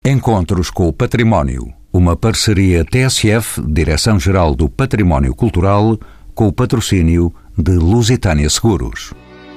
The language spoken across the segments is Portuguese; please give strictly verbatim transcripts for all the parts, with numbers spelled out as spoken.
Encontros com o Património, uma parceria T S F, Direção-Geral do Património Cultural, com o patrocínio de Lusitânia Seguros.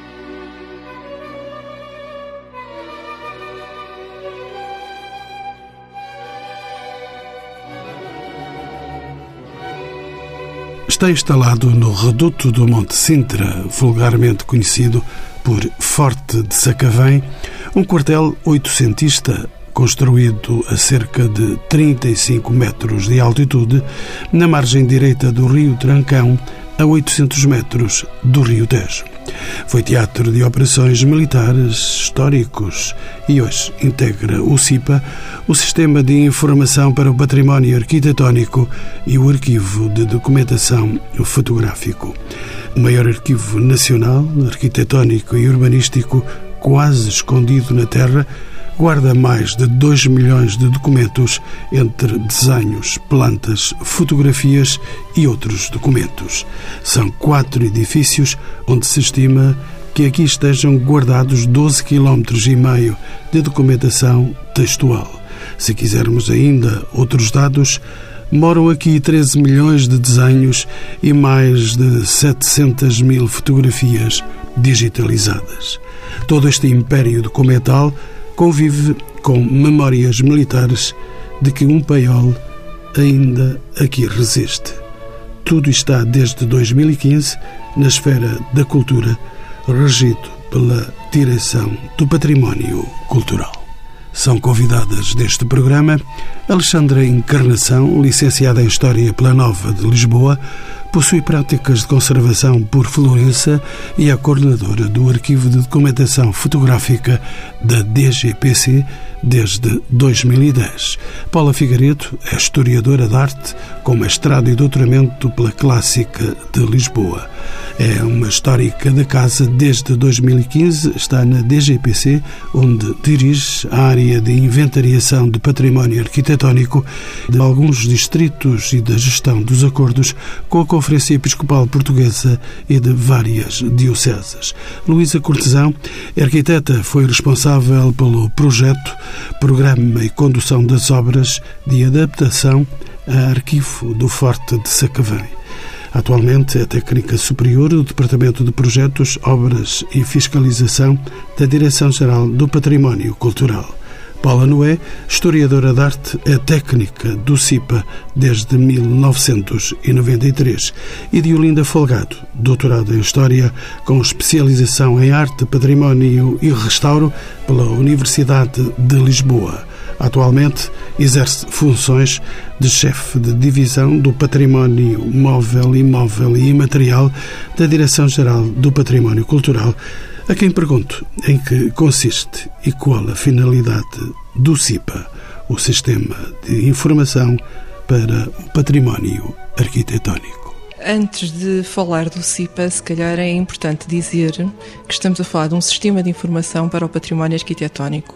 Está instalado no reduto do Monte Sintra, vulgarmente conhecido por Forte de Sacavém, um quartel oitocentista construído a cerca de trinta e cinco metros de altitude, na margem direita do rio Trancão, a oitocentos metros do rio Tejo. Foi teatro de operações militares históricos e hoje integra o SIPA, o Sistema de Informação para o Património Arquitetónico e o Arquivo de Documentação Fotográfico. O maior arquivo nacional, arquitetónico e urbanístico, quase escondido na terra, guarda mais de dois milhões de documentos entre desenhos, plantas, fotografias e outros documentos. São quatro edifícios onde se estima que aqui estejam guardados doze quilómetros e meio de documentação textual. Se quisermos ainda outros dados, moram aqui treze milhões de desenhos e mais de setecentas mil fotografias digitalizadas. Todo este império documental convive com memórias militares de que um paiol ainda aqui resiste. Tudo está desde dois mil e quinze na esfera da cultura, regido pela Direção do Património Cultural. São convidadas deste programa Alexandra Encarnação, licenciada em História pela Nova de Lisboa, possui práticas de conservação por Florença e é coordenadora do Arquivo de Documentação Fotográfica da D G P C desde dois mil e dez. Paula Figueiredo é historiadora de arte com mestrado e doutoramento pela Clássica de Lisboa. É uma histórica da casa desde dois mil e quinze, está na D G P C, onde dirige a área de inventariação de património arquitetónico de alguns distritos e da gestão dos acordos com a Conferência Episcopal Portuguesa e de várias dioceses. Luísa Cortesão, arquiteta, foi responsável pelo projeto, programa e condução das obras de adaptação a arquivo do Forte de Sacavém. Atualmente é técnica superior do Departamento de Projetos, Obras e Fiscalização da Direção-Geral do Património Cultural. Paula Noé, historiadora de arte, é técnica do SIPA desde mil novecentos e noventa e três. E Diolinda Folgado, doutorado em História com especialização em Arte, Património e Restauro pela Universidade de Lisboa. Atualmente exerce funções de chefe de divisão do Património Móvel, Imóvel e Imaterial da Direção-Geral do Património Cultural, a quem pergunto em que consiste e qual a finalidade do SIPA, o Sistema de Informação para o Património Arquitetónico. Antes de falar do SIPA, se calhar é importante dizer que estamos a falar de um sistema de informação para o património arquitetónico.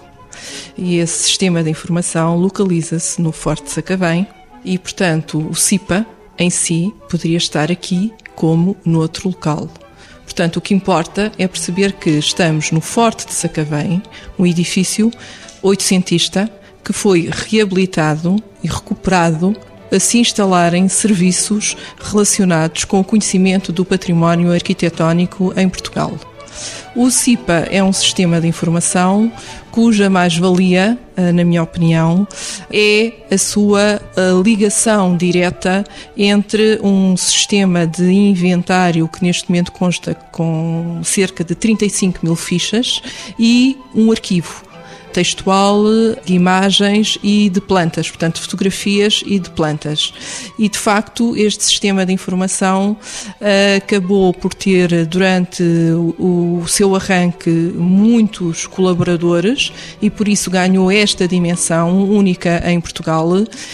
E esse sistema de informação localiza-se no Forte de Sacavém e, portanto, o SIPA em si poderia estar aqui como noutro local. Portanto, o que importa é perceber que estamos no Forte de Sacavém, um edifício oitocentista que foi reabilitado e recuperado a se instalarem serviços relacionados com o conhecimento do património arquitetónico em Portugal. O SIPA é um sistema de informação cuja mais-valia, na minha opinião, é a sua ligação direta entre um sistema de inventário que neste momento consta com cerca de trinta e cinco mil fichas e um arquivo textual, de imagens e de plantas, portanto, fotografias e de plantas. E, de facto, este sistema de informação uh, acabou por ter, durante o, o seu arranque, muitos colaboradores e, por isso, ganhou esta dimensão única em Portugal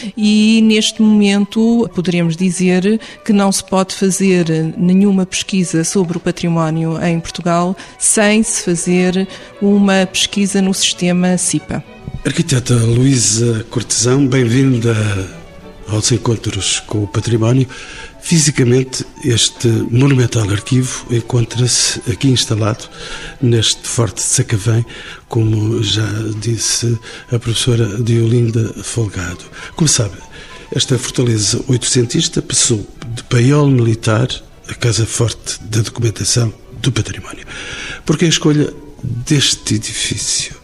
e, neste momento, poderemos dizer que não se pode fazer nenhuma pesquisa sobre o património em Portugal sem se fazer uma pesquisa no sistema SIPA. Arquiteta Luísa Cortesão, bem-vinda aos encontros com o património. Fisicamente, este monumental arquivo encontra-se aqui instalado neste Forte de Sacavém, como já disse a professora Diolinda Folgado. Como sabe, esta fortaleza oitocentista passou de paiol militar a Casa Forte da Documentação do Património. Porque a escolha deste edifício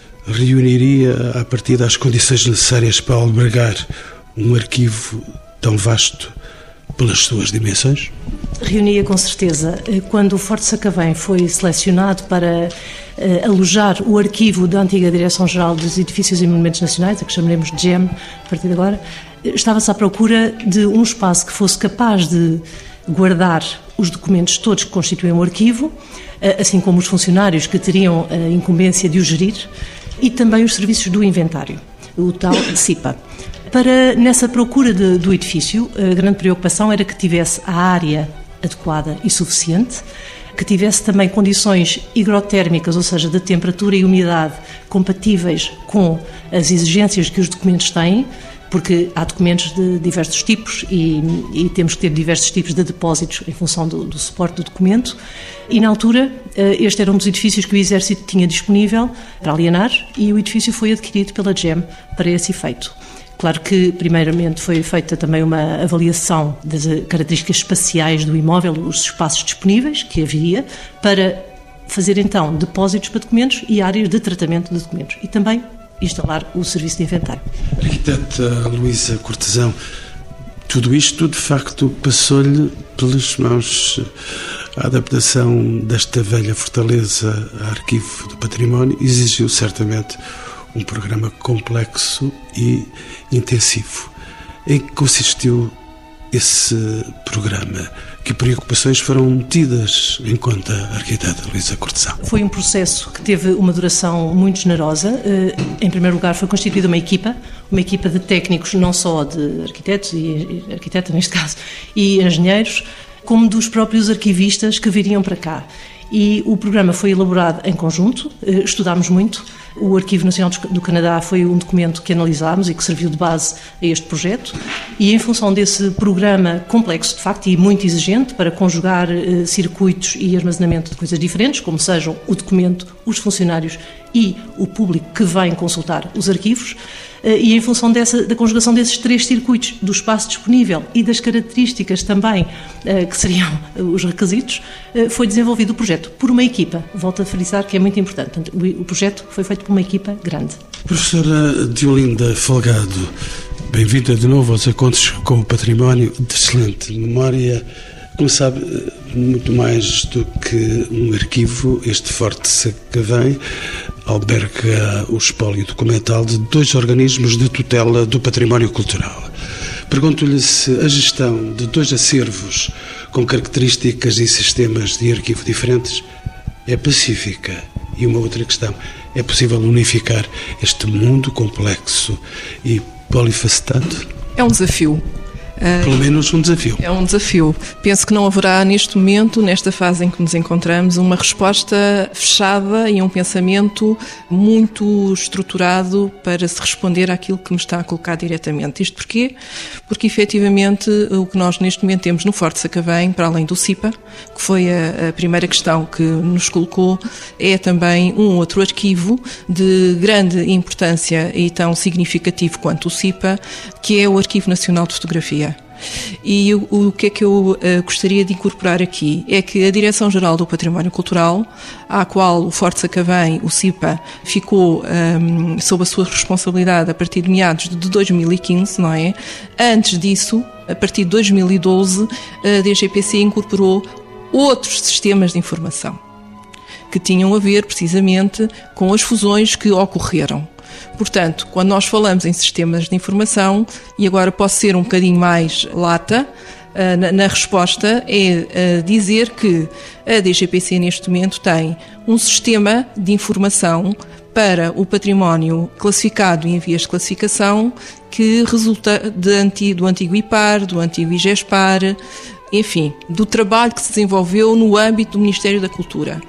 reuniria, a partir das condições necessárias para albergar um arquivo tão vasto pelas suas dimensões? Reunia com certeza. Quando o Forte de Sacavém foi selecionado para uh, alojar o arquivo da antiga Direção-Geral dos Edifícios e Monumentos Nacionais, a que chamaremos de G E M a partir de agora, estava-se à procura de um espaço que fosse capaz de guardar os documentos todos que constituem o arquivo, uh, assim como os funcionários que teriam a incumbência de o gerir, e também os serviços do inventário, o tal C I P A. Para, nessa procura de, do edifício, a grande preocupação era que tivesse a área adequada e suficiente, que tivesse também condições higrotérmicas, ou seja, de temperatura e umidade compatíveis com as exigências que os documentos têm, porque há documentos de diversos tipos e, e temos que ter diversos tipos de depósitos em função do, do suporte do documento. E, na altura, este era um dos edifícios que o Exército tinha disponível para alienar e o edifício foi adquirido pela G E M para esse efeito. Claro que, primeiramente, foi feita também uma avaliação das características espaciais do imóvel, os espaços disponíveis que havia, para fazer, então, depósitos para documentos e áreas de tratamento de documentos. E também instalar o serviço de inventário. Arquiteta Luísa Cortesão, tudo isto, de facto, passou-lhe pelas mãos. A adaptação desta velha fortaleza a arquivo do património exigiu, certamente, um programa complexo e intensivo. Em que consistiu esse programa? Que preocupações foram tidas em conta, arquiteta Luísa Cortesão? Foi um processo que teve uma duração muito generosa. Em primeiro lugar, foi constituída uma equipa, uma equipa de técnicos, não só de arquitetos, e arquiteta neste caso, e engenheiros, como dos próprios arquivistas que viriam para cá. E o programa foi elaborado em conjunto, estudámos muito. O Arquivo Nacional do Canadá foi um documento que analisámos e que serviu de base a este projeto. E em função desse programa complexo, de facto, e muito exigente para conjugar eh, circuitos e armazenamento de coisas diferentes, como sejam o documento, os funcionários e o público que vem consultar os arquivos, eh, e em função dessa, da conjugação desses três circuitos, do espaço disponível e das características também eh, que seriam os requisitos, eh, foi desenvolvido o projeto por uma equipa. Volto a frisar que é muito importante. Portanto, o, o projeto foi feito por uma equipa grande. Professora Diolinda Folgado, bem-vinda de novo aos encontros com o património, de excelente memória. Como sabe, muito mais do que um arquivo, este Forte de Sacavém alberga o espólio documental de dois organismos de tutela do património cultural. Pergunto-lhe se a gestão de dois acervos com características e sistemas de arquivo diferentes é pacífica. E uma outra questão, é possível unificar este mundo complexo e polifacetado? É um desafio. Pelo menos um desafio. É um desafio. Penso que não haverá neste momento, nesta fase em que nos encontramos, uma resposta fechada e um pensamento muito estruturado para se responder àquilo que me está a colocar diretamente. Isto porquê? Porque, efetivamente, o que nós neste momento temos no Forte de Sacavém, para além do C I P A, que foi a, a primeira questão que nos colocou, é também um outro arquivo de grande importância e tão significativo quanto o C I P A, que é o Arquivo Nacional de Fotografia. E o, o que é que eu uh, gostaria de incorporar aqui é que a Direção-Geral do Património Cultural, à qual o Forte de Sacavém, o C I P A, ficou um, sob a sua responsabilidade a partir de meados de dois mil e quinze, não é? Antes disso, a partir de dois mil e doze, a D G P C incorporou outros sistemas de informação que tinham a ver precisamente com as fusões que ocorreram. Portanto, quando nós falamos em sistemas de informação, e agora posso ser um bocadinho mais lata na, na resposta, é dizer que a D G P C neste momento tem um sistema de informação para o património classificado e em vias de classificação que resulta de, do antigo I P A R, do antigo IGESPAR, enfim, do trabalho que se desenvolveu no âmbito do Ministério da Cultura.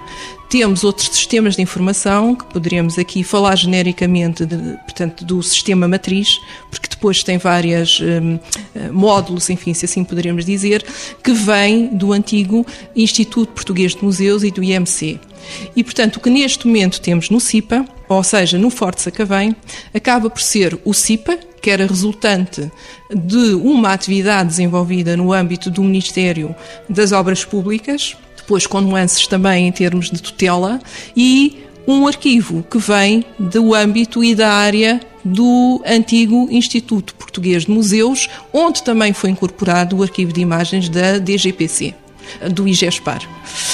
Temos outros sistemas de informação, que poderíamos aqui falar genericamente, de, portanto, do sistema matriz, porque depois tem vários um, módulos, enfim, se assim poderíamos dizer, que vêm do antigo Instituto Português de Museus e do I M C. E, portanto, o que neste momento temos no CIPA, ou seja, no Forte Sacavém, acaba por ser o CIPA, que era resultante de uma atividade desenvolvida no âmbito do Ministério das Obras Públicas, depois com nuances também em termos de tutela, e um arquivo que vem do âmbito e da área do antigo Instituto Português de Museus, onde também foi incorporado o arquivo de imagens da D G P C, do IGESPAR.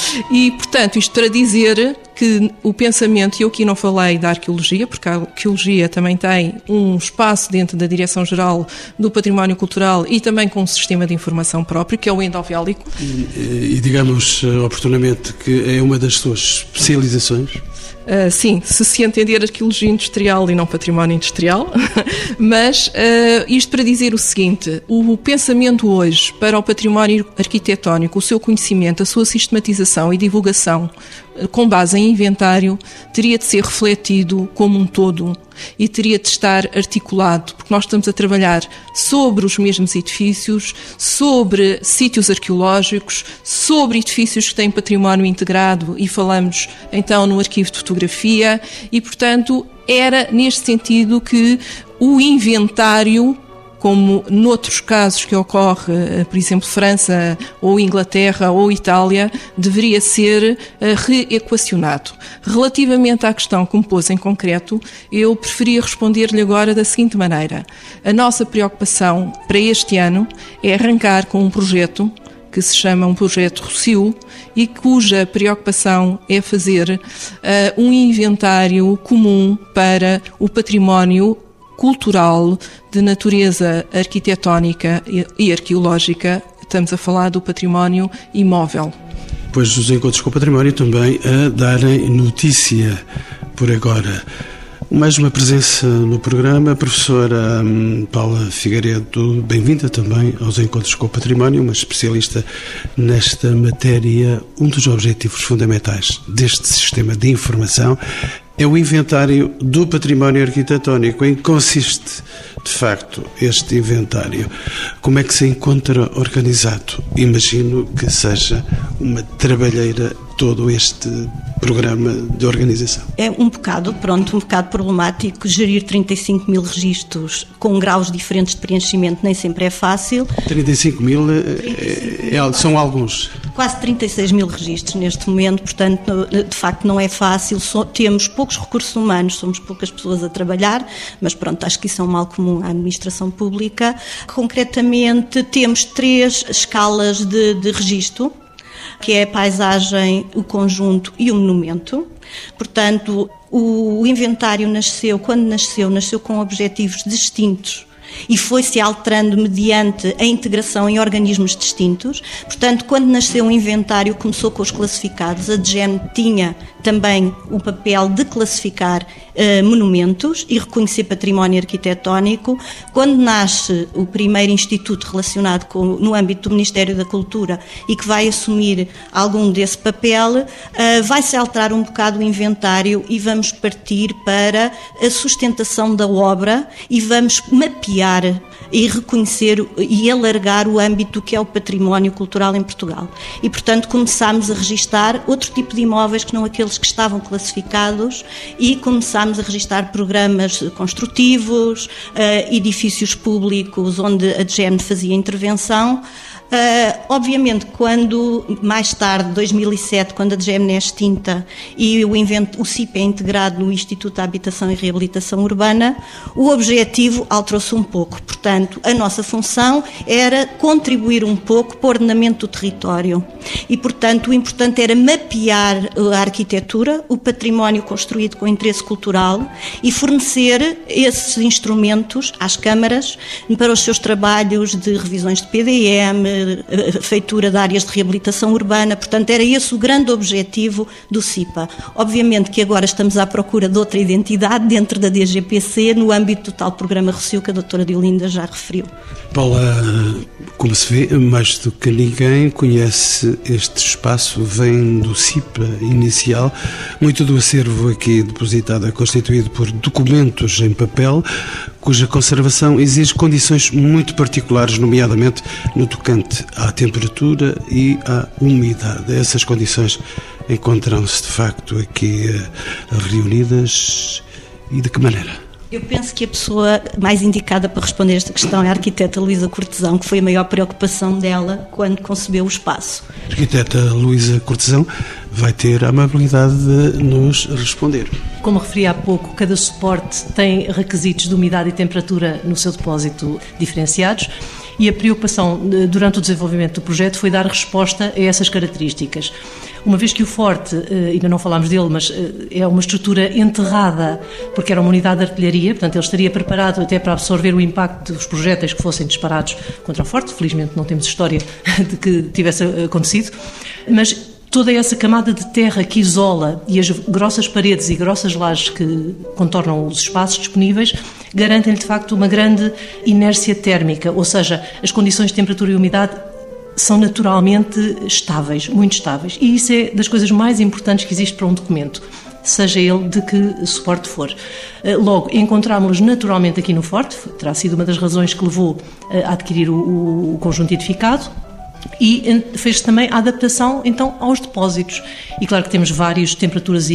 E, portanto, isto para dizer que o pensamento, e eu aqui não falei da arqueologia, porque a arqueologia também tem um espaço dentro da Direção-Geral do Património Cultural e também com um sistema de informação próprio, que é o endovélico. E, e digamos oportunamente que é uma das suas especializações? Uh, sim, se se entender arqueologia industrial e não património industrial, mas uh, isto para dizer o seguinte: o pensamento hoje para o património arquitetónico, o seu conhecimento, a sua sistematização e divulgação com base em inventário, teria de ser refletido como um todo e teria de estar articulado, porque nós estamos a trabalhar sobre os mesmos edifícios, sobre sítios arqueológicos, sobre edifícios que têm património integrado, e falamos então no arquivo de fotografia, e portanto era neste sentido que o inventário, como noutros casos que ocorre, por exemplo, França ou Inglaterra ou Itália, deveria ser reequacionado. Relativamente à questão que me pôs em concreto, eu preferia responder-lhe agora da seguinte maneira: a nossa preocupação para este ano é arrancar com um projeto que se chama um projeto Rossio e cuja preocupação é fazer uh, um inventário comum para o património cultural de natureza arquitetónica e arqueológica. Estamos a falar do património imóvel. Pois os encontros com o património também a darem notícia por agora. Mais uma presença no programa, a professora Paula Figueiredo, bem-vinda também aos Encontros com o Património, uma especialista nesta matéria. Um dos objetivos fundamentais deste sistema de informação é o inventário do património arquitetónico. Em que consiste, de facto, este inventário? Como é que se encontra organizado? Imagino que seja uma trabalheira todo este programa de organização. É um bocado, pronto, um bocado problemático gerir trinta e cinco mil registros com graus diferentes de preenchimento, nem sempre é fácil. trinta e cinco mil é, é, são alguns. Quase trinta e seis mil registros neste momento, portanto, de facto não é fácil. So, temos poucos recursos humanos, somos poucas pessoas a trabalhar, mas pronto, acho que isso é um mal comum à administração pública. Concretamente, temos três escalas de, de registro, que é a paisagem, o conjunto e o monumento. Portanto, o inventário nasceu, quando nasceu, nasceu com objetivos distintos e foi-se alterando mediante a integração em organismos distintos. Portanto, quando nasceu o inventário, começou com os classificados. A D G E M tinha também o papel de classificar uh, monumentos e reconhecer património arquitetónico. Quando nasce o primeiro instituto relacionado com, no âmbito do Ministério da Cultura e que vai assumir algum desse papel, uh, vai-se alterar um bocado o inventário e vamos partir para a sustentação da obra e vamos mapear e reconhecer e alargar o âmbito que é o património cultural em Portugal. E, portanto, começámos a registar outro tipo de imóveis que não aqueles que estavam classificados e começámos a registar programas construtivos, edifícios públicos onde a D G E M fazia intervenção. Uh, obviamente, quando mais tarde, dois mil e sete, quando a D G E M é extinta e o, invento, o CIP é integrado no Instituto de Habitação e Reabilitação Urbana, o objetivo alterou-se um pouco. Portanto, a nossa função era contribuir um pouco para o ordenamento do território e, portanto, o importante era mapear a arquitetura, o património construído com interesse cultural e fornecer esses instrumentos às câmaras para os seus trabalhos de revisões de P D M, feitura de áreas de reabilitação urbana. Portanto, era esse o grande objetivo do CIPA. Obviamente que agora estamos à procura de outra identidade dentro da D G P C, no âmbito do tal programa Rossio que a doutora Diolinda já já referiu. Paula, como se vê, mais do que ninguém conhece este espaço, vem do C I P A inicial. Muito do acervo aqui depositado é constituído por documentos em papel, cuja conservação exige condições muito particulares, nomeadamente no tocante à temperatura e à umidade. Essas condições encontram-se, de facto, aqui reunidas, e de que maneira? Eu penso que a pessoa mais indicada para responder esta questão é a arquiteta Luísa Cortesão, que foi a maior preocupação dela quando concebeu o espaço. A arquiteta Luísa Cortesão vai ter a amabilidade de nos responder. Como referi há pouco, cada suporte tem requisitos de umidade e temperatura no seu depósito diferenciados, e a preocupação durante o desenvolvimento do projeto foi dar resposta a essas características. Uma vez que o forte, ainda não falámos dele, mas é uma estrutura enterrada, porque era uma unidade de artilharia, portanto ele estaria preparado até para absorver o impacto dos projéteis que fossem disparados contra o forte. Felizmente não temos história de que tivesse acontecido, mas toda essa camada de terra que isola e as grossas paredes e grossas lajes que contornam os espaços disponíveis garantem-lhe de facto uma grande inércia térmica, ou seja, as condições de temperatura e umidade são naturalmente estáveis, muito estáveis. E isso é das coisas mais importantes que existe para um documento, seja ele de que suporte for. Logo, encontrámos-los naturalmente aqui no forte, terá sido uma das razões que levou a adquirir o, o conjunto edificado, e fez também a adaptação então aos depósitos. E claro que temos várias temperaturas e,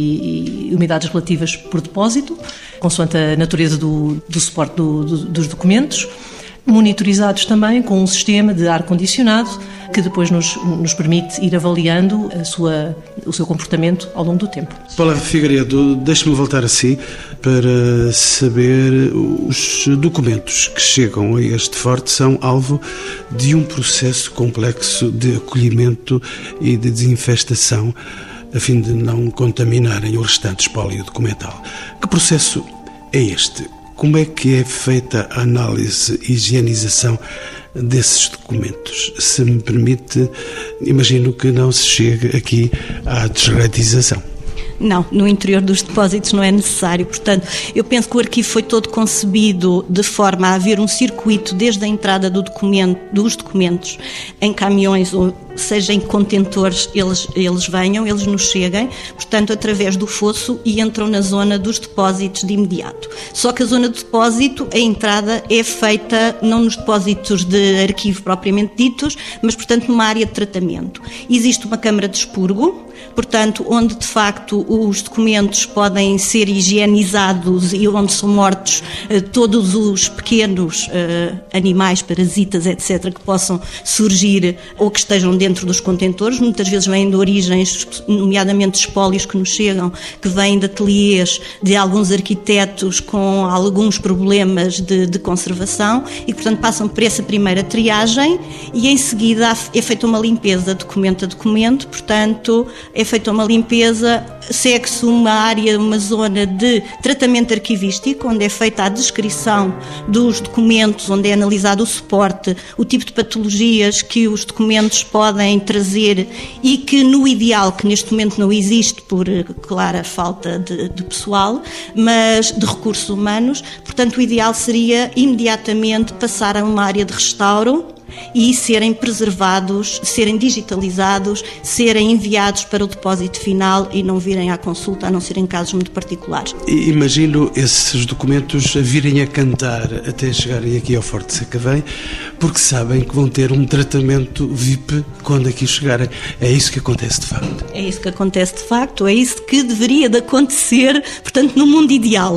e, e umidades relativas por depósito, consoante a natureza do, do suporte do, do, dos documentos, monitorizados também com um sistema de ar-condicionado que depois nos, nos permite ir avaliando a sua, o seu comportamento ao longo do tempo. Paula Figueiredo, deixe-me voltar a si para saber os documentos que chegam a este forte são alvo de um processo complexo de acolhimento e de desinfestação a fim de não contaminarem o restante espólio documental. Que processo é este? Como é que é feita a análise e higienização desses documentos? Se me permite, imagino que não se chegue aqui à desratização. Não, no interior dos depósitos não é necessário. Portanto, eu penso que o arquivo foi todo concebido de forma a haver um circuito desde a entrada do documento, dos documentos em caminhões, ou seja, em contentores, eles, eles venham, eles nos cheguem, portanto, através do fosso, e entram na zona dos depósitos de imediato. Só que a zona de depósito, a entrada é feita não nos depósitos de arquivo propriamente ditos, mas, portanto, numa área de tratamento. Existe uma câmara de expurgo, portanto, onde de facto os documentos podem ser higienizados e onde são mortos eh, todos os pequenos eh, animais, parasitas, etcétera, que possam surgir ou que estejam dentro dos contentores. Muitas vezes vêm de origens, nomeadamente espólios que nos chegam, que vêm de ateliês de alguns arquitetos com alguns problemas de, de conservação e, portanto, passam por essa primeira triagem e, em seguida, é feita uma limpeza documento a documento, portanto, é feita uma limpeza, segue-se uma área, uma zona de tratamento arquivístico, onde é feita a descrição dos documentos, onde é analisado o suporte, o tipo de patologias que os documentos podem trazer e que, no ideal, que neste momento não existe por clara falta de, de pessoal, mas de recursos humanos, portanto, o ideal seria imediatamente passar a uma área de restauro e serem preservados, serem digitalizados, serem enviados para o depósito final e não virem à consulta, a não ser em casos muito particulares. Imagino esses documentos a virem a cantar até chegarem aqui ao Forte de Sacavém, porque sabem que vão ter um tratamento V I P quando aqui chegarem. É isso que acontece de facto. É isso que acontece de facto, é isso que deveria de acontecer, portanto, no mundo ideal.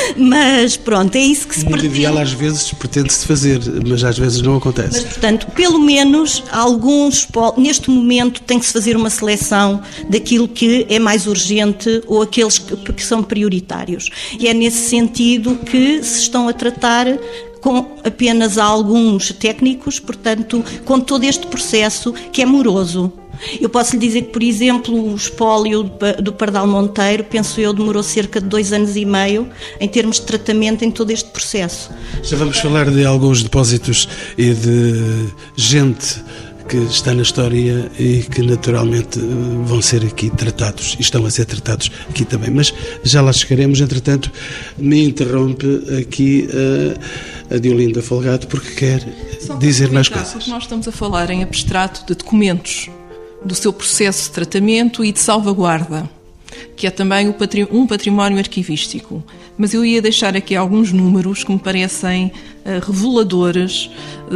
Mas pronto, é isso que se pretende. No mundo ideal às vezes pretende-se fazer, mas às vezes não acontece. Mas, portanto, pelo menos alguns, neste momento tem que se fazer uma seleção daquilo que é mais urgente ou aqueles que, que são prioritários. E é nesse sentido que se estão a tratar com apenas alguns técnicos, portanto, com todo este processo que é moroso. Eu posso lhe dizer que, por exemplo, o espólio do Pardal Monteiro, penso eu, demorou cerca de dois anos e meio em termos de tratamento em todo este processo. Já vamos falar de alguns depósitos e de gente que está na história e que naturalmente vão ser aqui tratados e estão a ser tratados aqui também, mas já lá chegaremos. Entretanto, me interrompe aqui uh, a Diolinda Folgado, porque quer Só dizer mais coisas. Porque nós estamos a falar em abstrato de documentos, do seu processo de tratamento e de salvaguarda, que é também um património arquivístico. Mas eu ia deixar aqui alguns números que me parecem uh, reveladores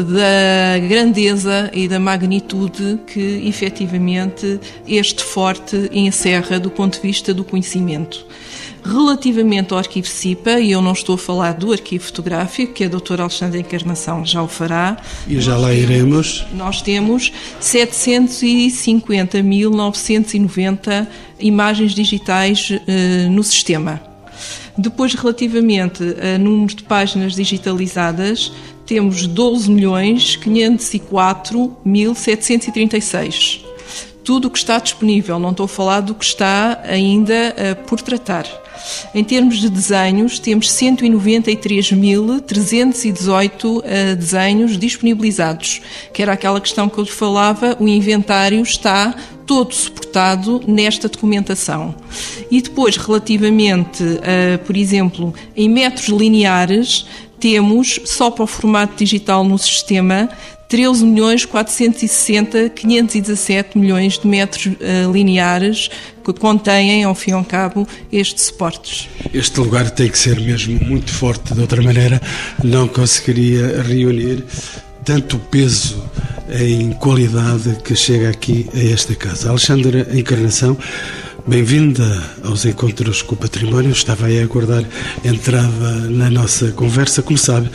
da grandeza e da magnitude que, efetivamente, este forte encerra do ponto de vista do conhecimento. Relativamente ao arquivo CIPA, e eu não estou a falar do arquivo fotográfico, que a doutora Alexandra Encarnação já o fará. E já lá iremos. Nós temos setecentos e cinquenta mil novecentos e noventa imagens digitais uh, no sistema. Depois, relativamente a número de páginas digitalizadas, temos doze milhões quinhentos e quatro mil setecentos e trinta e seis. Tudo o que está disponível, não estou a falar do que está ainda uh, por tratar. Em termos de desenhos, temos cento e noventa e três mil trezentos e dezoito uh, desenhos disponibilizados, que era aquela questão que eu lhe falava, o inventário está todo suportado nesta documentação. E depois, relativamente, uh, por exemplo, em metros lineares, temos, só para o formato digital no sistema, treze milhões quatrocentos e sessenta mil quinhentos e dezassete milhões de metros uh, lineares que contêm, ao fim e ao cabo, estes suportes. Este lugar tem que ser mesmo muito forte, de outra maneira não conseguiria reunir tanto peso em qualidade que chega aqui a esta casa. Alexandra Encarnação, bem-vinda aos Encontros com o Património. Estava aí a aguardar a entrada na nossa conversa. Como sabe,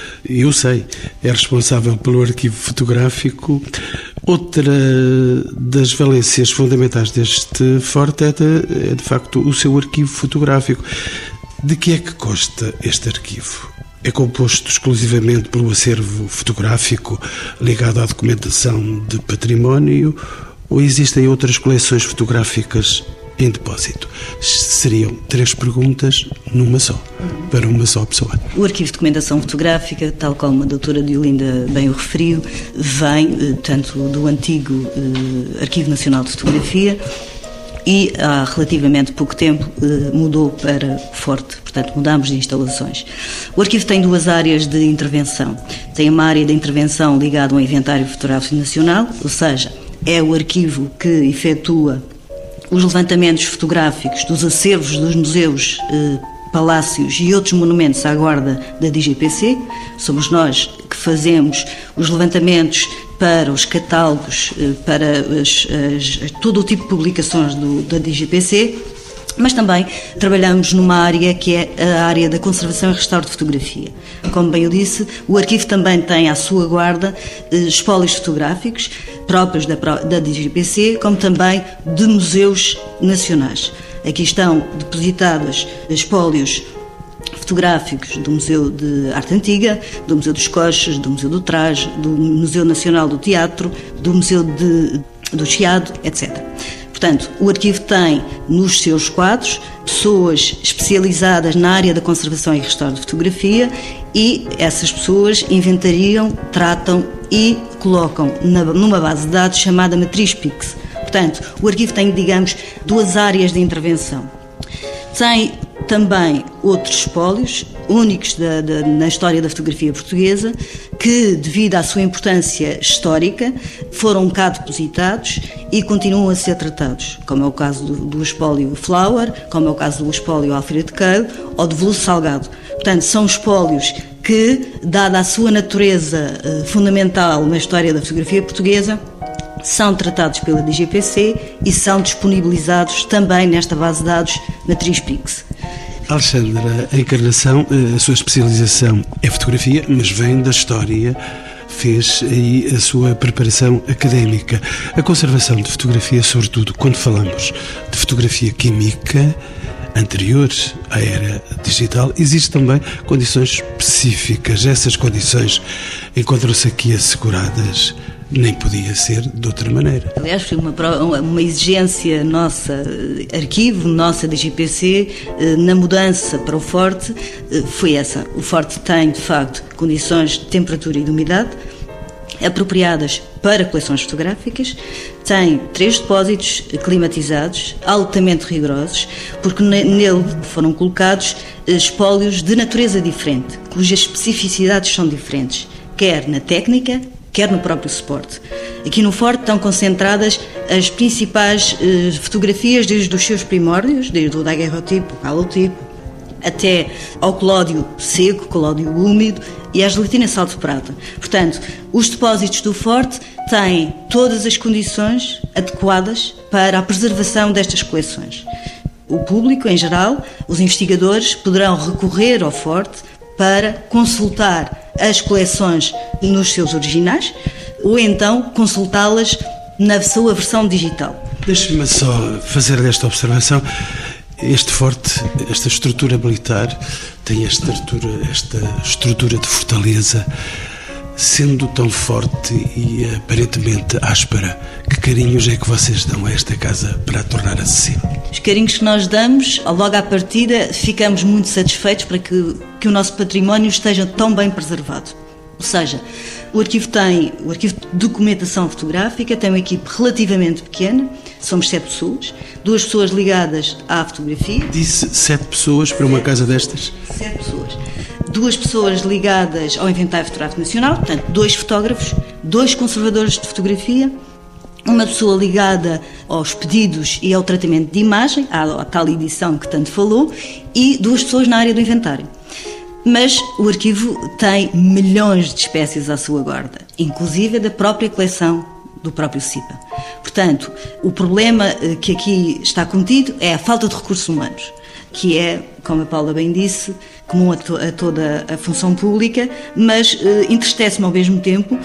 eu sei, é responsável pelo arquivo fotográfico. Outra das valências fundamentais deste forte é de, é de facto o seu arquivo fotográfico. De que é que consta este arquivo? É composto exclusivamente pelo acervo fotográfico ligado à documentação de património ou existem outras coleções fotográficas em depósito? Seriam três perguntas numa só, para uma só pessoa. O arquivo de documentação fotográfica, tal como a doutora Diolinda bem o referiu, vem tanto do antigo eh, Arquivo Nacional de Fotografia e há relativamente pouco tempo eh, mudou para Forte, portanto mudámos de instalações. O arquivo tem duas áreas de intervenção. Tem uma área de intervenção ligada ao Inventário Fotográfico Nacional, ou seja, é o arquivo que efetua os levantamentos fotográficos dos acervos dos museus, eh, palácios e outros monumentos à guarda da D G P C. Somos nós que fazemos os levantamentos para os catálogos, eh, para as, as, todo o tipo de publicações do, da D G P C, mas também trabalhamos numa área que é a área da conservação e restauro de fotografia. Como bem eu disse, o arquivo também tem à sua guarda eh, espólios fotográficos próprios da, da D G P C, como também de museus nacionais. Aqui estão depositados espólios fotográficos do Museu de Arte Antiga, do Museu dos Coches, do Museu do Traje, do Museu Nacional do Teatro, do Museu de, do Chiado, etcétera. Portanto, o arquivo tem nos seus quadros pessoas especializadas na área da conservação e restauro de fotografia e essas pessoas inventariam, tratam e colocam na, numa base de dados chamada Matriz Pix. Portanto, o arquivo tem, digamos, duas áreas de intervenção. Tem também outros espólios, únicos da, da, na história da fotografia portuguesa, que, devido à sua importância histórica, foram cá depositados e continuam a ser tratados, como é o caso do, do espólio Flower, como é o caso do espólio Alfredo Keil ou do Veloso Salgado. Portanto, são espólios que, dada a sua natureza uh, fundamental na história da fotografia portuguesa, são tratados pela D G P C e são disponibilizados também nesta base de dados Matriz Pix. Alexandra Encarnação, a sua especialização é fotografia, mas vem da história, fez aí a sua preparação académica. A conservação de fotografia, sobretudo quando falamos de fotografia química, anterior à era digital, existem também condições específicas. Essas condições encontram-se aqui asseguradas. Nem podia ser de outra maneira. Aliás, foi uma, uma exigência nossa, arquivo, nossa D G P C, na mudança para o Forte, foi essa. O Forte tem, de facto, condições de temperatura e de umidade apropriadas para coleções fotográficas, tem três depósitos climatizados, altamente rigorosos, porque nele foram colocados espólios de natureza diferente, cujas especificidades são diferentes, quer na técnica, quer no próprio suporte. Aqui no Forte estão concentradas as principais eh, fotografias desde os seus primórdios, desde o daguerrotipo, o calotipo, até ao colódio seco, colódio úmido e à gelatina sal de prata. Portanto, os depósitos do Forte têm todas as condições adequadas para a preservação destas coleções. O público, em geral, os investigadores, poderão recorrer ao Forte para consultar as coleções nos seus originais ou então consultá-las na sua versão digital. Deixe-me só fazer esta observação. Este forte, esta estrutura militar, tem esta estrutura, esta estrutura de fortaleza, sendo tão forte e aparentemente áspera. Que carinhos é que vocês dão a esta casa para a tornar acessível? Os carinhos que nós damos, logo à partida, ficamos muito satisfeitos para que, que o nosso património esteja tão bem preservado. Ou seja, o arquivo tem, o arquivo de documentação fotográfica tem uma equipe relativamente pequena, somos sete pessoas, duas pessoas ligadas à fotografia. Disse sete pessoas para uma casa destas? Sete pessoas. Duas pessoas ligadas ao Inventário Fotográfico Nacional, portanto, dois fotógrafos, dois conservadores de fotografia, uma pessoa ligada aos pedidos e ao tratamento de imagem, à, à tal edição que tanto falou, e duas pessoas na área do inventário. Mas o arquivo tem milhões de espécies à sua guarda, inclusive da própria coleção do próprio CIPA. Portanto, o problema que aqui está contido é a falta de recursos humanos, que é, como a Paula bem disse, comum a, to- a toda a função pública, mas eh, entristece-me ao mesmo tempo,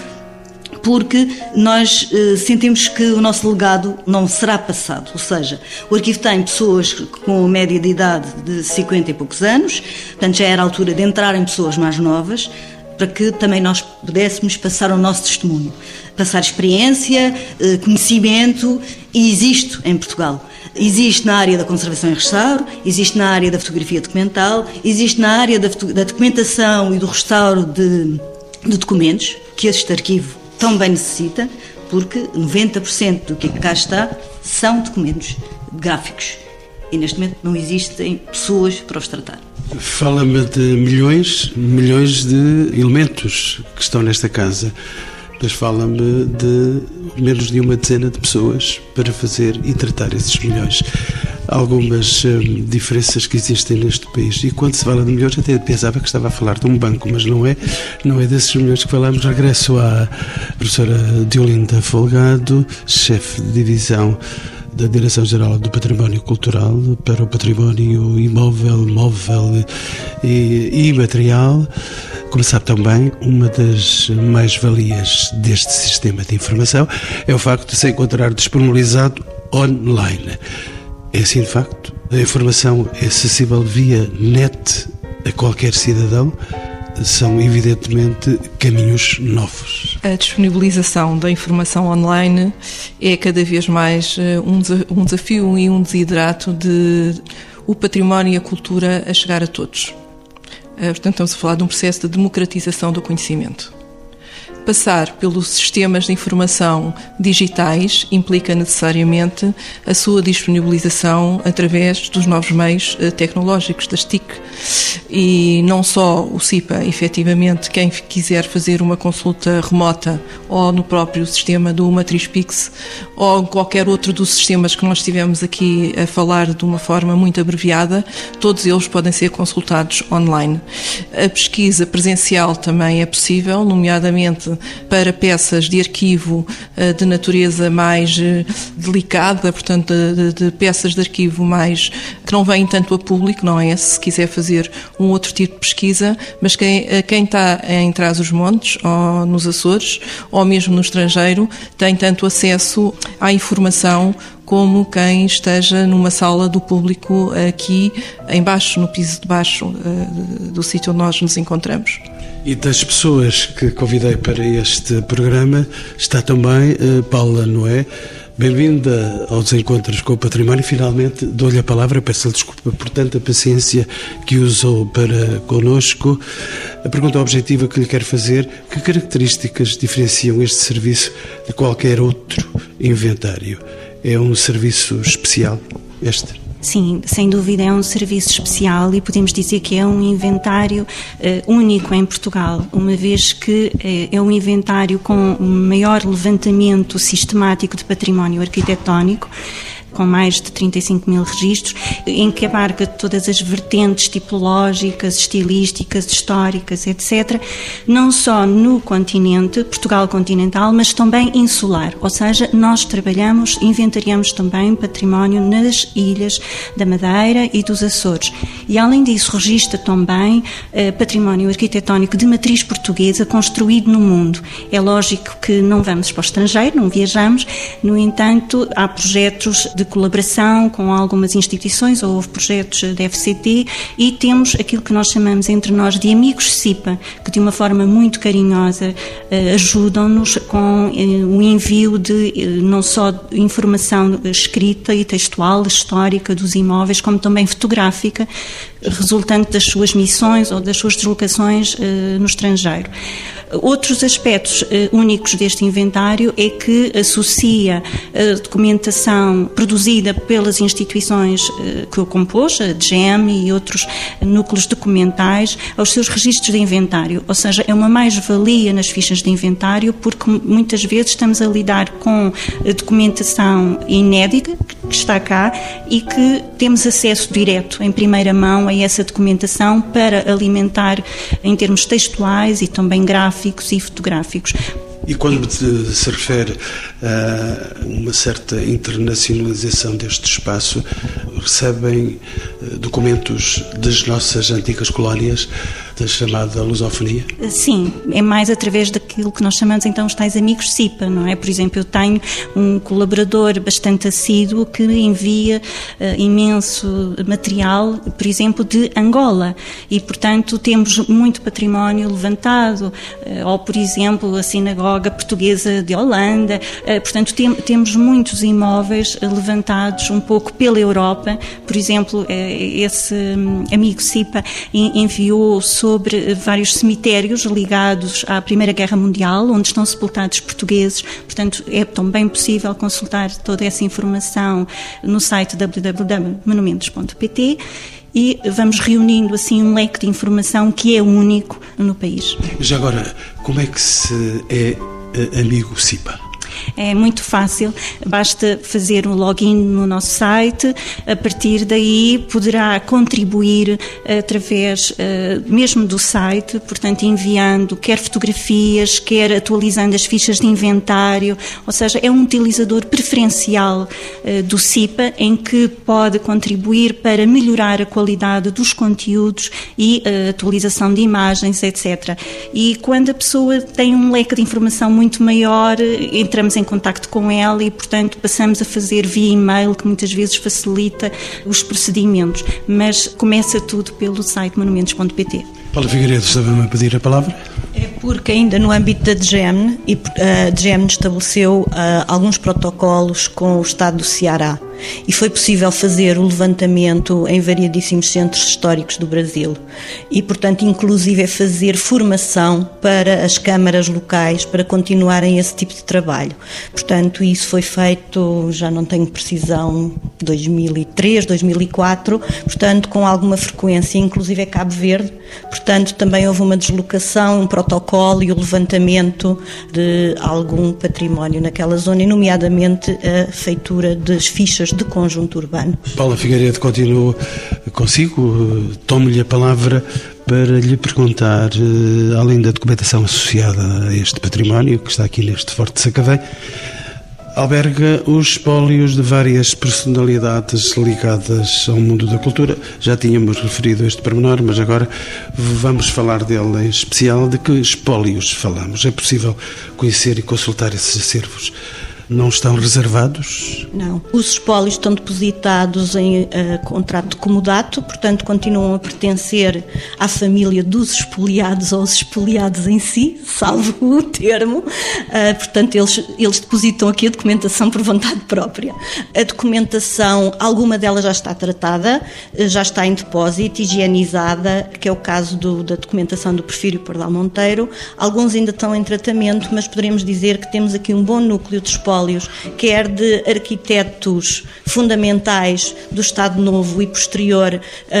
porque nós eh, sentimos que o nosso legado não será passado. Ou seja, o arquivo tem pessoas com média de idade de cinquenta e poucos anos, portanto já era a altura de entrarem pessoas mais novas, para que também nós pudéssemos passar o nosso testemunho, passar experiência, eh, conhecimento, e existe em Portugal. Existe na área da conservação e restauro, existe na área da fotografia documental, existe na área da, da documentação e do restauro de, de documentos, que este arquivo tão bem necessita, porque noventa por cento do que cá está são documentos gráficos. E neste momento não existem pessoas para os tratar. Fala-me de milhões, milhões de elementos que estão nesta casa, mas fala-me de menos de uma dezena de pessoas para fazer e tratar esses milhões. Algumas hum, diferenças que existem neste país. E quando se fala de milhões, até pensava que estava a falar de um banco, mas não é, não é desses milhões que falamos. Regresso à professora Diolinda Folgado, chefe de divisão da Direção-Geral do Património Cultural para o Património Imóvel, Móvel e Imaterial. Como sabe também, uma das mais-valias deste sistema de informação é o facto de se encontrar disponibilizado online. É assim, de facto, a informação é acessível via net a qualquer cidadão. São, evidentemente, caminhos novos. A disponibilização da informação online é cada vez mais um desafio e um desidrato de o património e a cultura a chegar a todos. Portanto, estamos a falar de um processo de democratização do conhecimento. Passar pelos sistemas de informação digitais implica necessariamente a sua disponibilização através dos novos meios tecnológicos, das T I C. E não só o CIPA, efetivamente, quem quiser fazer uma consulta remota ou no próprio sistema do MatrizPix ou qualquer outro dos sistemas que nós estivemos aqui a falar de uma forma muito abreviada, todos eles podem ser consultados online. A pesquisa presencial também é possível, nomeadamente para peças de arquivo de natureza mais delicada, portanto, de, de, de peças de arquivo mais que não vêm tanto a público, não é? Se quiser fazer um outro tipo de pesquisa, mas quem, quem está em Trás-os-Montes, ou nos Açores, ou mesmo no estrangeiro, tem tanto acesso à informação como quem esteja numa sala do público aqui embaixo, no piso de baixo uh, do sítio onde nós nos encontramos. E das pessoas que convidei para este programa está também uh, Paula Noé, Bem-vinda aos Encontros com o Património. Finalmente dou-lhe a palavra, peço-lhe desculpa por tanta paciência que usou para connosco. A pergunta objetiva que lhe quero fazer: que características diferenciam este serviço de qualquer outro inventário? É um serviço especial este? Sim, sem dúvida é um serviço especial e podemos dizer que é um inventário uh, único em Portugal, uma vez que uh, é um inventário com um maior levantamento sistemático de património arquitetónico, com mais de trinta e cinco mil registros, em que abarca todas as vertentes tipológicas, estilísticas, históricas, etcétera, não só no continente, Portugal continental, mas também insular, ou seja, nós trabalhamos, inventariamos também património nas ilhas da Madeira e dos Açores. E, além disso, registra também eh, património arquitetónico de matriz portuguesa construído no mundo. É lógico que não vamos para o estrangeiro, não viajamos, no entanto, há projetos de colaboração com algumas instituições, ou houve projetos da F C T, e temos aquilo que nós chamamos entre nós de amigos CIPA, que de uma forma muito carinhosa ajudam-nos com o envio de não só informação escrita e textual, histórica dos imóveis, como também fotográfica, resultante das suas missões ou das suas deslocações no estrangeiro. Outros aspectos uh, únicos deste inventário é que associa a documentação produzida pelas instituições uh, que o compôs, a D G E M e outros núcleos documentais, aos seus registros de inventário. Ou seja, é uma mais-valia nas fichas de inventário, porque muitas vezes estamos a lidar com a documentação inédita que está cá e que temos acesso direto, em primeira mão, a essa documentação para alimentar em termos textuais e também gráficos e fotográficos. E quando se refere a uma certa internacionalização deste espaço, recebem documentos das nossas antigas colónias, da chamada lusofonia? Sim, é mais através daquilo que nós chamamos então os tais amigos CIPA, não é? Por exemplo, eu tenho um colaborador bastante assíduo que envia uh, imenso material, por exemplo, de Angola, e portanto temos muito património levantado, uh, ou por exemplo a sinagoga portuguesa de Holanda, uh, portanto tem, temos muitos imóveis levantados um pouco pela Europa. Por exemplo, uh, esse um, amigo CIPA enviou sobre vários cemitérios ligados à Primeira Guerra Mundial, onde estão sepultados portugueses. Portanto, é também possível consultar toda essa informação no site w w w ponto monumentos ponto p t, e vamos reunindo assim um leque de informação que é único no país. Já agora, como é que se é amigo CIPA? É muito fácil, basta fazer um login no nosso site. A partir daí poderá contribuir através uh, mesmo do site, portanto enviando quer fotografias, quer atualizando as fichas de inventário, ou seja, é um utilizador preferencial uh, do CIPA, em que pode contribuir para melhorar a qualidade dos conteúdos e a uh, atualização de imagens, etcétera. E quando a pessoa tem um leque de informação muito maior, entramos em contacto com ela e, portanto, passamos a fazer via e-mail, que muitas vezes facilita os procedimentos. Mas começa tudo pelo site monumentos ponto p t. Paula Figueiredo, estava-me a pedir a palavra? É porque ainda no âmbito da D G E M, a D G E M estabeleceu uh, alguns protocolos com o Estado do Ceará e foi possível fazer o levantamento em variadíssimos centros históricos do Brasil e, portanto, inclusive é fazer formação para as câmaras locais para continuarem esse tipo de trabalho. Portanto, isso foi feito, já não tenho precisão, dois mil e três, dois mil e quatro, portanto, com alguma frequência, inclusive é Cabo Verde. Portanto, também houve uma deslocação, um protocolo e o levantamento de algum património naquela zona, e nomeadamente a feitura das fichas de conjunto urbano. Paula Figueiredo, continuo consigo. Tomo-lhe a palavra para lhe perguntar, além da documentação associada a este património que está aqui neste Forte de Sacavém, alberga os espólios de várias personalidades ligadas ao mundo da cultura. Já tínhamos referido este pormenor, mas agora vamos falar dele em especial. De que espólios falamos? É possível conhecer e consultar esses acervos não estão reservados? Não. Os espólios estão depositados em uh, contrato de comodato, portanto continuam a pertencer à família dos espoliados ou os espoliados em si, salvo o termo. Uh, portanto, eles, eles depositam aqui a documentação por vontade própria. A documentação, alguma delas já está tratada, já está em depósito, higienizada, que é o caso do, da documentação do Porfírio Pardal Monteiro. Alguns ainda estão em tratamento, mas poderíamos dizer que temos aqui um bom núcleo de espólios, quer de arquitetos fundamentais do Estado Novo e posterior,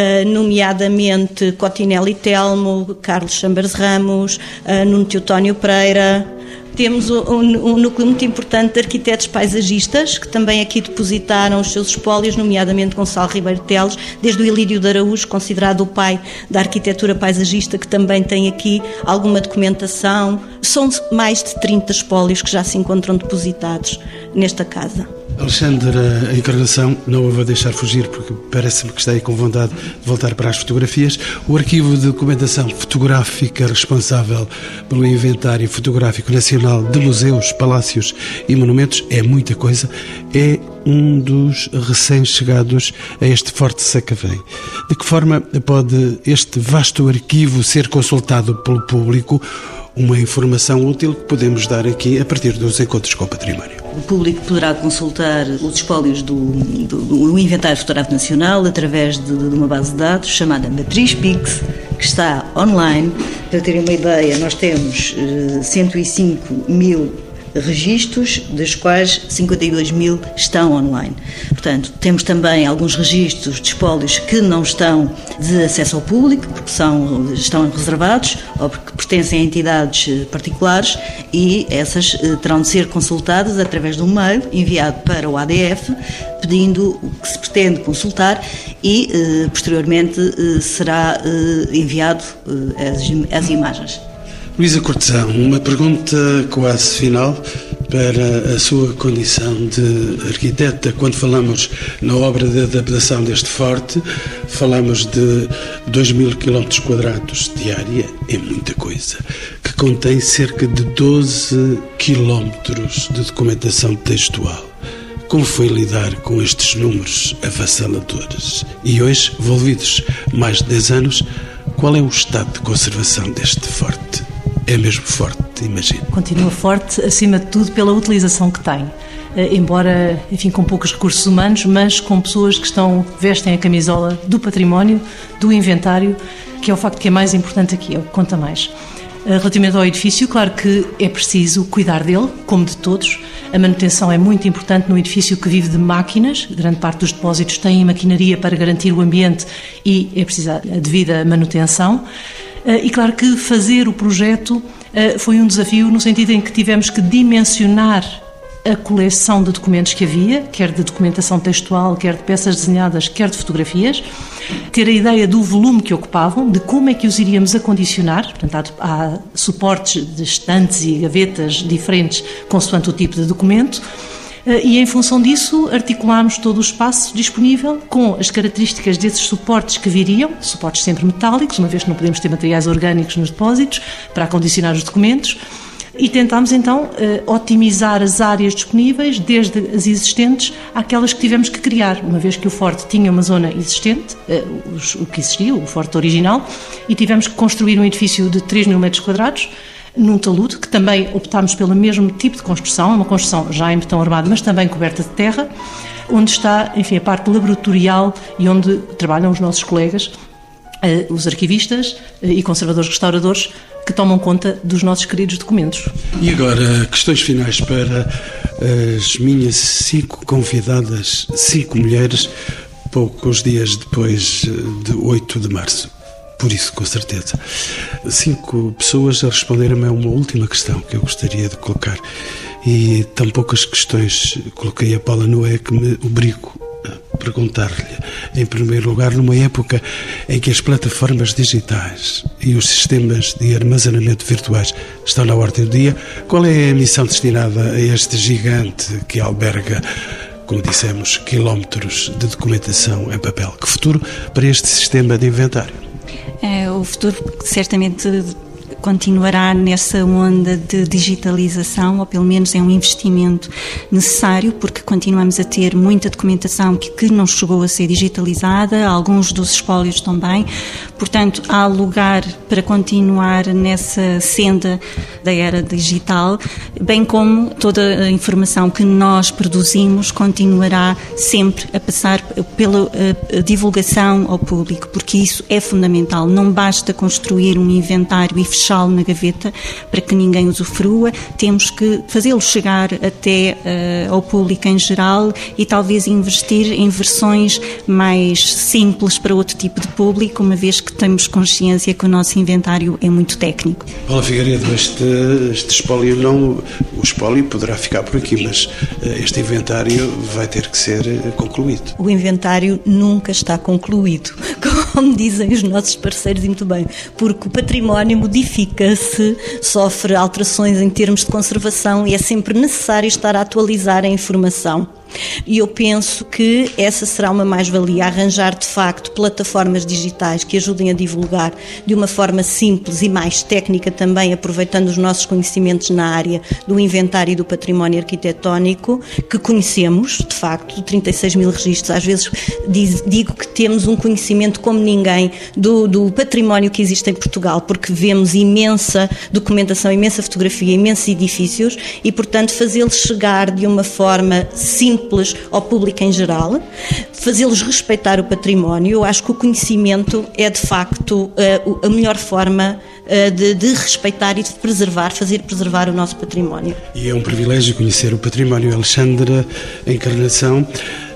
nomeadamente Cotinelli Telmo, Carlos Chambers Ramos, Nuno Teotónio Pereira. Temos um, um núcleo muito importante de arquitetos paisagistas, que também aqui depositaram os seus espólios, nomeadamente Gonçalo Ribeiro Teles, desde o Ilírio de Araújo, considerado o pai da arquitetura paisagista, que também tem aqui alguma documentação. São mais de trinta espólios que já se encontram depositados nesta casa. Alexandre, a encarnação não a vou deixar fugir, porque parece-me que está aí com vontade de voltar para as fotografias. O arquivo de documentação fotográfica responsável pelo Inventário Fotográfico Nacional de Museus, Palácios e Monumentos é muita coisa. É um dos recém-chegados a este Forte Sacavém. De que forma pode este vasto arquivo ser consultado pelo público? Uma informação útil que podemos dar aqui a partir dos encontros com o património. O público poderá consultar os espólios do, do, do Inventário Fotográfico Nacional através de, de uma base de dados chamada Matriz Pix, que está online. Para terem uma ideia, nós temos uh, cento e cinco mil registros, dos quais cinquenta e dois mil estão online. Portanto, temos também alguns registros de espólios que não estão de acesso ao público, porque são, estão reservados ou porque pertencem a entidades particulares, e essas terão de ser consultadas através de um mail enviado para o A D F, pedindo o que se pretende consultar e, eh, posteriormente, eh, será eh, enviado eh, as, as imagens. Luísa Cortesão, uma pergunta quase final para a sua condição de arquiteta. Quando falamos na obra de adaptação deste forte, falamos de dois mil quilómetros quadrados de área, é muita coisa, que contém cerca de doze quilómetros de documentação textual. Como foi lidar com estes números avassaladores? E hoje, envolvidos mais de dez anos, qual é o estado de conservação deste forte? É mesmo forte, imagino. Continua forte, acima de tudo, pela utilização que tem. Embora, enfim, com poucos recursos humanos, mas com pessoas que estão, vestem a camisola do património, do inventário, que é o facto que é mais importante aqui, é o que conta mais. Relativamente ao edifício, claro que é preciso cuidar dele, como de todos. A manutenção é muito importante no edifício que vive de máquinas. Grande parte dos depósitos têm maquinaria para garantir o ambiente e é preciso a devida manutenção. E claro que fazer o projeto foi um desafio no sentido em que tivemos que dimensionar a coleção de documentos que havia, quer de documentação textual, quer de peças desenhadas, quer de fotografias, ter a ideia do volume que ocupavam, de como é que os iríamos acondicionar. Portanto, há, há suportes de estantes e gavetas diferentes consoante o tipo de documento. E, em função disso, articulámos todo o espaço disponível com as características desses suportes que viriam, suportes sempre metálicos, uma vez que não podemos ter materiais orgânicos nos depósitos, para acondicionar os documentos, e tentámos, então, otimizar as áreas disponíveis, desde as existentes àquelas que tivemos que criar, uma vez que o forte tinha uma zona existente, o que existia, o forte original, e tivemos que construir um edifício de três mil metros quadrados, num talude, que também optámos pelo mesmo tipo de construção, uma construção já em betão armado, mas também coberta de terra, onde está, enfim, a parte laboratorial e onde trabalham os nossos colegas, os arquivistas e conservadores restauradores, que tomam conta dos nossos queridos documentos. E agora, questões finais para as minhas cinco convidadas, cinco mulheres, poucos dias depois de oito de março. Por isso, com certeza. Cinco pessoas a responderam-me a uma última questão que eu gostaria de colocar. E tão poucas questões coloquei a Paula Noé que me obrigo a perguntar-lhe. Em primeiro lugar, numa época em que as plataformas digitais e os sistemas de armazenamento virtuais estão na ordem do dia, qual é a missão destinada a este gigante que alberga, como dissemos, quilómetros de documentação em papel? Que futuro para este sistema de inventário? É, o futuro certamente continuará nessa onda de digitalização, ou pelo menos é um investimento necessário, porque continuamos a ter muita documentação que, que não chegou a ser digitalizada, alguns dos espólios também. Portanto, há lugar para continuar nessa senda da era digital, bem como toda a informação que nós produzimos continuará sempre a passar pela a, a divulgação ao público, porque isso é fundamental. Não basta construir um inventário e fechá-lo na gaveta para que ninguém usufrua, temos que fazê-lo chegar até uh, ao público em geral e talvez investir em versões mais simples para outro tipo de público, uma vez que temos consciência que o nosso inventário é muito técnico. Paula Figueiredo, este, este espólio não, o espólio poderá ficar por aqui, mas este inventário vai ter que ser concluído. O inventário nunca está concluído, como dizem os nossos parceiros e muito bem, porque o património modifica-se, sofre alterações em termos de conservação e é sempre necessário estar a atualizar a informação. E eu penso que essa será uma mais-valia, arranjar de facto plataformas digitais que ajudem a divulgar de uma forma simples e mais técnica também, aproveitando os nossos conhecimentos na área do inventário e do património arquitetónico, que conhecemos, de facto, trinta e seis mil registros. Às vezes digo que temos um conhecimento como ninguém do, do património que existe em Portugal, porque vemos imensa documentação, imensa fotografia, imensos edifícios e, portanto, fazê-los chegar de uma forma simples ao público em geral, fazê-los respeitar o património. Eu acho que o conhecimento é de facto a melhor forma de, de respeitar e de preservar, fazer preservar o nosso património. E é um privilégio conhecer o património. Alexandra Encarnação,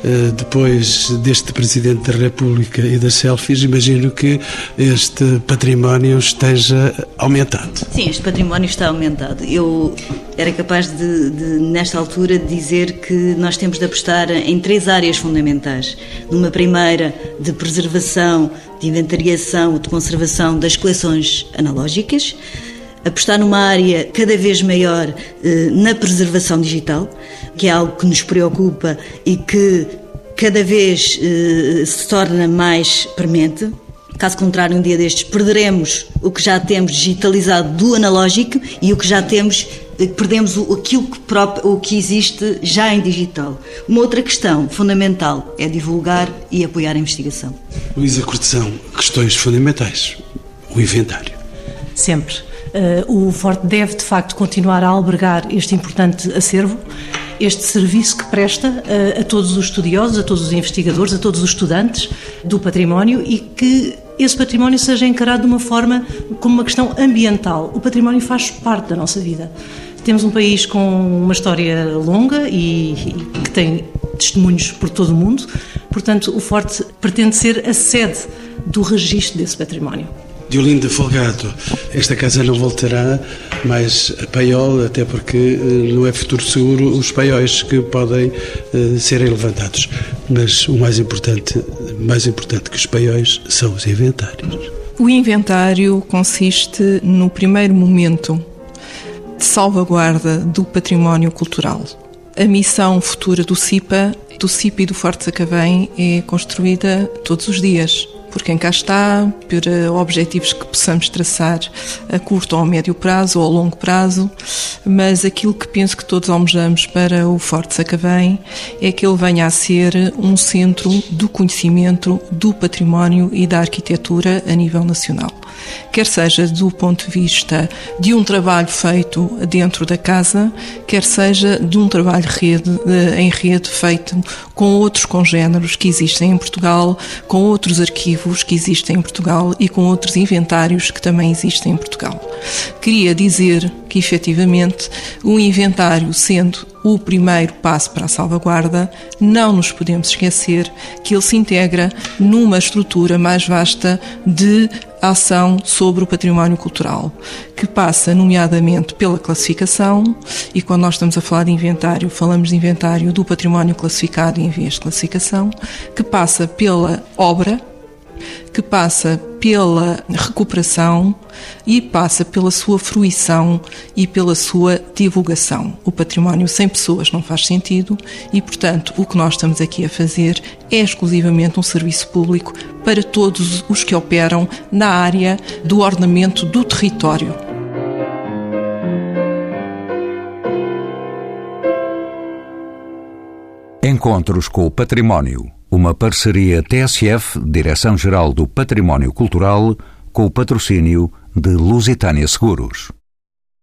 depois deste Presidente da República e das selfies, imagino que este património esteja aumentado. Sim, este património está aumentado. Eu era capaz de, de, nesta altura, de dizer que nós temos de apostar em três áreas fundamentais. Numa primeira, de preservação, de inventariação, de conservação das coleções analógicas. Apostar numa área cada vez maior eh, na preservação digital, que é algo que nos preocupa e que cada vez eh, se torna mais premente. Caso contrário, um dia destes, perderemos o que já temos digitalizado do analógico e o que já temos, eh, perdemos o, aquilo que, próprio, o que existe já em digital. Uma outra questão fundamental é divulgar e apoiar a investigação. Luísa Cortesão, questões fundamentais. O inventário. Sempre. Uh, o Forte deve, de facto, continuar a albergar este importante acervo, este serviço que presta uh, a todos os estudiosos, a todos os investigadores, a todos os estudantes do património e que esse património seja encarado de uma forma como uma questão ambiental. O património faz parte da nossa vida. Temos um país com uma história longa e, e que tem testemunhos por todo o mundo, portanto, o Forte pretende ser a sede do registro desse património. Diolinda Folgado, esta casa não voltará mais a Paiol, até porque não é futuro seguro os paióis que podem uh, serem levantados. Mas o mais importante, mais importante que os paióis são os inventários. O inventário consiste no primeiro momento de salvaguarda do património cultural. A missão futura do CIPA, do CIPA e do Forte Sacavém é construída todos os dias. Por quem cá está, por objetivos que possamos traçar a curto ou a médio prazo ou a longo prazo, mas aquilo que penso que todos almejamos para o Forte Sacavém é que ele venha a ser um centro do conhecimento, do património e da arquitetura a nível nacional. Quer seja do ponto de vista de um trabalho feito dentro da casa, quer seja de um trabalho rede, em rede feito com outros congéneros que existem em Portugal, com outros arquivos que existem em Portugal e com outros inventários que também existem em Portugal. Queria dizer que, efetivamente, o inventário, sendo o primeiro passo para a salvaguarda, não nos podemos esquecer que ele se integra numa estrutura mais vasta de ação sobre o património cultural, que passa nomeadamente pela classificação, e quando nós estamos a falar de inventário, falamos de inventário do património classificado em vez de classificação, que passa pela obra, que passa pela recuperação e passa pela sua fruição e pela sua divulgação. O património sem pessoas não faz sentido e, portanto, o que nós estamos aqui a fazer é exclusivamente um serviço público para todos os que operam na área do ordenamento do território. Encontros com o Património, uma parceria T S F, Direção-Geral do Património Cultural, com o patrocínio de Lusitânia Seguros.